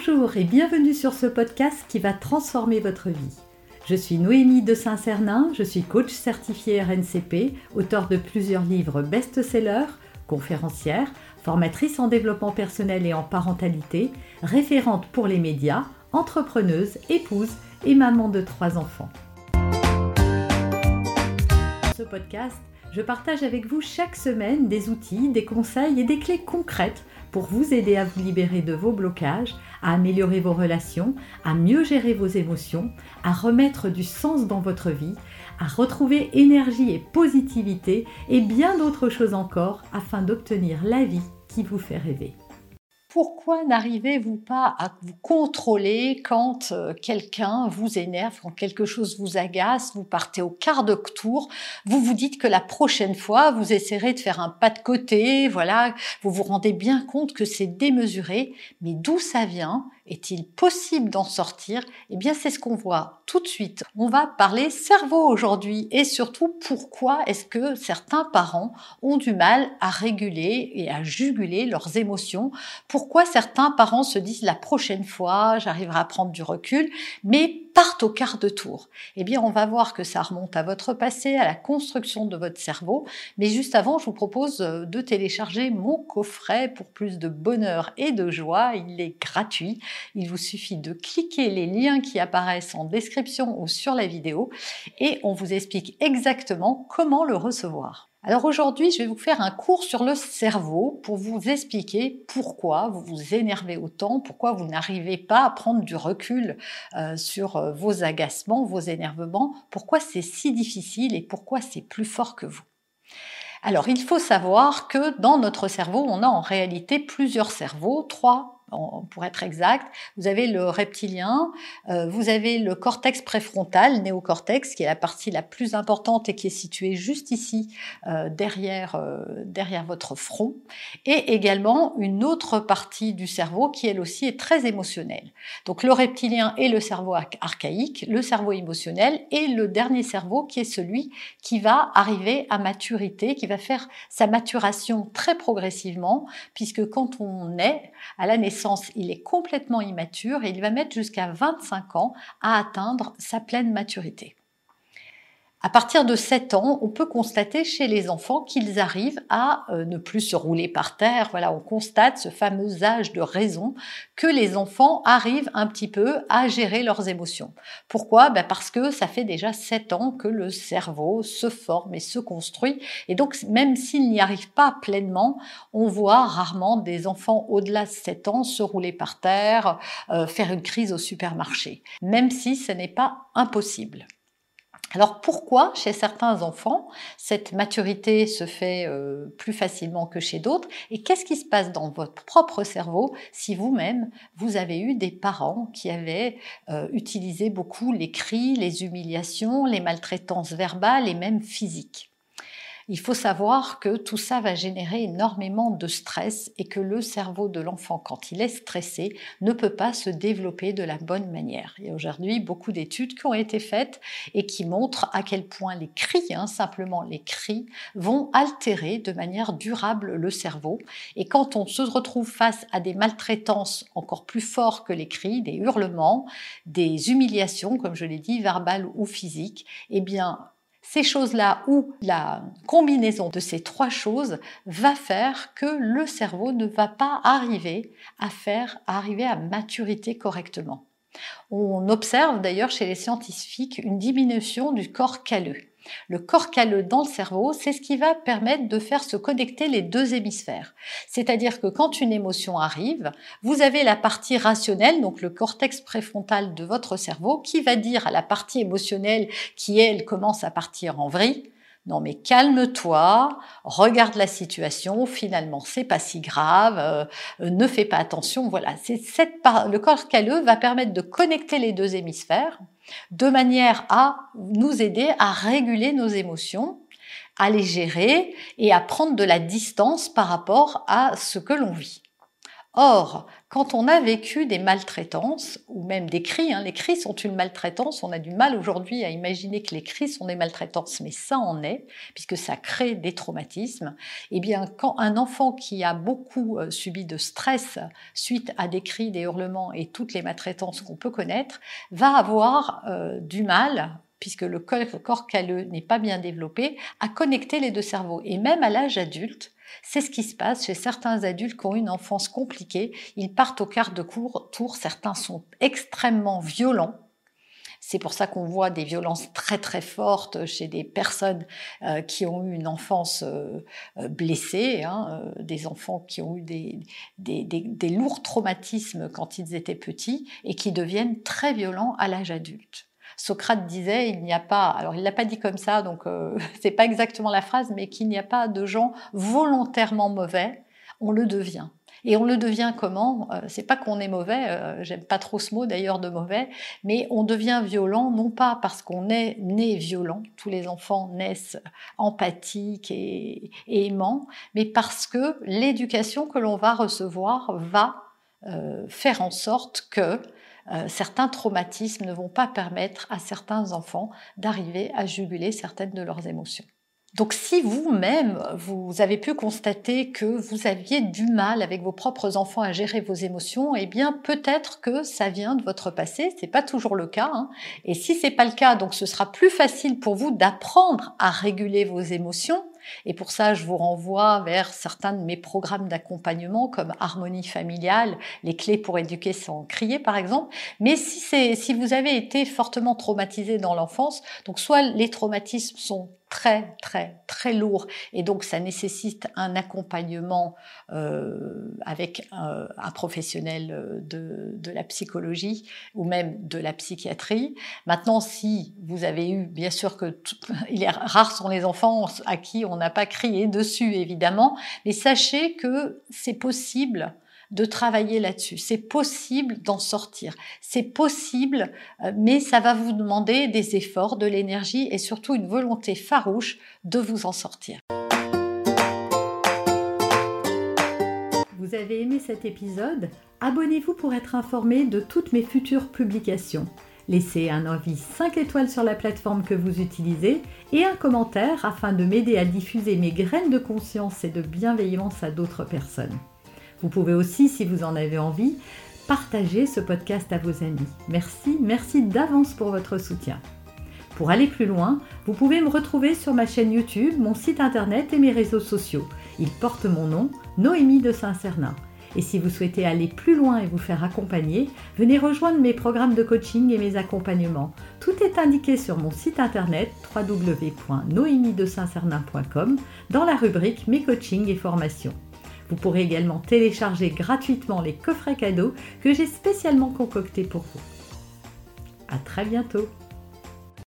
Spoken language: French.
Bonjour et bienvenue sur ce podcast qui va transformer votre vie. Je suis Noémie de Saint-Cernin, je suis coach certifiée RNCP, auteure de plusieurs livres best-sellers, conférencière, formatrice en développement personnel et en parentalité, référente pour les médias, entrepreneuse, épouse et maman de 3 enfants. Dans ce podcast, je partage avec vous chaque semaine des outils, des conseils et des clés concrètes pour vous aider à vous libérer de vos blocages, à améliorer vos relations, à mieux gérer vos émotions, à remettre du sens dans votre vie, à retrouver énergie et positivité et bien d'autres choses encore afin d'obtenir la vie qui vous fait rêver. Pourquoi n'arrivez-vous pas à vous contrôler quand quelqu'un vous énerve, quand quelque chose vous agace, vous partez au quart de tour, vous vous dites que la prochaine fois, vous essaierez de faire un pas de côté, voilà, vous vous rendez bien compte que c'est démesuré, mais d'où ça vient ? Est-il possible d'en sortir ? Eh bien, c'est ce qu'on voit tout de suite. On va parler cerveau aujourd'hui et surtout pourquoi est-ce que certains parents ont du mal à réguler et à juguler leurs émotions. Pourquoi certains parents se disent la prochaine fois, j'arriverai à prendre du recul, mais partent au quart de tour. Eh bien, on va voir que ça remonte à votre passé, à la construction de votre cerveau. Mais juste avant, je vous propose de télécharger mon coffret pour plus de bonheur et de joie. Il est gratuit. Il vous suffit de cliquer les liens qui apparaissent en description ou sur la vidéo et on vous explique exactement comment le recevoir. Alors aujourd'hui, je vais vous faire un cours sur le cerveau pour vous expliquer pourquoi vous vous énervez autant, pourquoi vous n'arrivez pas à prendre du recul sur vos agacements, vos énervements, pourquoi c'est si difficile et pourquoi c'est plus fort que vous. Alors, il faut savoir que dans notre cerveau, on a en réalité plusieurs cerveaux, 3 pour être exact. Vous avez le reptilien, vous avez le cortex préfrontal, néocortex, qui est la partie la plus importante et qui est située juste ici, derrière votre front, et également une autre partie du cerveau qui, elle aussi, est très émotionnelle. Donc, le reptilien est le cerveau archaïque, le cerveau émotionnel et le dernier cerveau qui est celui qui va arriver à maturité, qui va faire sa maturation très progressivement, puisque quand on est à la naissance, il est complètement immature et il va mettre jusqu'à 25 ans à atteindre sa pleine maturité. À partir de 7 ans, on peut constater chez les enfants qu'ils arrivent à ne plus se rouler par terre. Voilà, on constate ce fameux âge de raison que les enfants arrivent un petit peu à gérer leurs émotions. Pourquoi ? Parce que ça fait déjà 7 ans que le cerveau se forme et se construit. Et donc, même s'ils n'y arrivent pas pleinement, on voit rarement des enfants au-delà de 7 ans se rouler par terre, faire une crise au supermarché, même si ce n'est pas impossible. Alors pourquoi chez certains enfants cette maturité se fait plus facilement que chez d'autres et qu'est-ce qui se passe dans votre propre cerveau si vous-même vous avez eu des parents qui avaient utilisé beaucoup les cris, les humiliations, les maltraitances verbales et même physiques ? Il faut savoir que tout ça va générer énormément de stress et que le cerveau de l'enfant, quand il est stressé, ne peut pas se développer de la bonne manière. Il y a aujourd'hui beaucoup d'études qui ont été faites et qui montrent à quel point les cris, simplement les cris, vont altérer de manière durable le cerveau. Et quand on se retrouve face à des maltraitances encore plus fortes que les cris, des hurlements, des humiliations, comme je l'ai dit, verbales ou physiques, eh bien, ces choses-là ou la combinaison de ces 3 choses va faire que le cerveau ne va pas arriver à maturité correctement. On observe d'ailleurs chez les scientifiques une diminution du corps calleux. Le corps calleux dans le cerveau, c'est ce qui va permettre de faire se connecter les 2 hémisphères. C'est-à-dire que quand une émotion arrive, vous avez la partie rationnelle, donc le cortex préfrontal de votre cerveau, qui va dire à la partie émotionnelle qui, elle, commence à partir en vrille, non mais calme-toi, regarde la situation, finalement c'est pas si grave, ne fais pas attention, voilà. Le corps calleux va permettre de connecter les 2 hémisphères de manière à nous aider à réguler nos émotions, à les gérer et à prendre de la distance par rapport à ce que l'on vit. Or, quand on a vécu des maltraitances, ou même des cris, les cris sont une maltraitance, on a du mal aujourd'hui à imaginer que les cris sont des maltraitances, mais ça en est, puisque ça crée des traumatismes. Eh bien, quand un enfant qui a beaucoup subi de stress suite à des cris, des hurlements et toutes les maltraitances qu'on peut connaître, va avoir du mal, puisque le corps calleux n'est pas bien développé, à connecter les deux cerveaux. Et même à l'âge adulte, c'est ce qui se passe chez certains adultes qui ont une enfance compliquée. Ils partent au quart de tour, certains sont extrêmement violents. C'est pour ça qu'on voit des violences très très fortes chez des personnes qui ont eu une enfance blessée, des enfants qui ont eu des lourds traumatismes quand ils étaient petits et qui deviennent très violents à l'âge adulte. Socrate disait, il n'y a pas, alors il l'a pas dit comme ça, donc c'est pas exactement la phrase, mais qu'il n'y a pas de gens volontairement mauvais, on le devient. Et on le devient comment ? C'est pas qu'on est mauvais, j'aime pas trop ce mot d'ailleurs de mauvais, mais on devient violent non pas parce qu'on est né violent, tous les enfants naissent empathiques et aimants, mais parce que l'éducation que l'on va recevoir va faire en sorte que certains traumatismes ne vont pas permettre à certains enfants d'arriver à juguler certaines de leurs émotions. Donc si vous-même, vous avez pu constater que vous aviez du mal avec vos propres enfants à gérer vos émotions, eh bien peut-être que ça vient de votre passé, c'est pas toujours le cas, Et si c'est pas le cas, donc ce sera plus facile pour vous d'apprendre à réguler vos émotions. Et pour ça, je vous renvoie vers certains de mes programmes d'accompagnement comme Harmonie familiale, les clés pour éduquer sans crier par exemple. Mais si vous avez été fortement traumatisé dans l'enfance, donc soit les traumatismes sont très très très lourds et donc ça nécessite un accompagnement avec un professionnel de la psychologie ou même de la psychiatrie. Maintenant, si vous avez eu, bien sûr que rares sont les enfants à qui on n'a pas crié dessus évidemment, mais sachez que c'est possible de travailler là-dessus. C'est possible d'en sortir. C'est possible, mais ça va vous demander des efforts, de l'énergie et surtout une volonté farouche de vous en sortir. Vous avez aimé cet épisode ? Abonnez-vous pour être informé de toutes mes futures publications. Laissez un avis 5 étoiles sur la plateforme que vous utilisez et un commentaire afin de m'aider à diffuser mes graines de conscience et de bienveillance à d'autres personnes. Vous pouvez aussi, si vous en avez envie, partager ce podcast à vos amis. Merci d'avance pour votre soutien. Pour aller plus loin, vous pouvez me retrouver sur ma chaîne YouTube, mon site internet et mes réseaux sociaux. Ils portent mon nom, Noémie de Saint-Cernin. Et si vous souhaitez aller plus loin et vous faire accompagner, venez rejoindre mes programmes de coaching et mes accompagnements. Tout est indiqué sur mon site internet www.noemiedesaintcernin.com dans la rubrique Mes coachings et formations. Vous pourrez également télécharger gratuitement les coffrets cadeaux que j'ai spécialement concoctés pour vous. À très bientôt!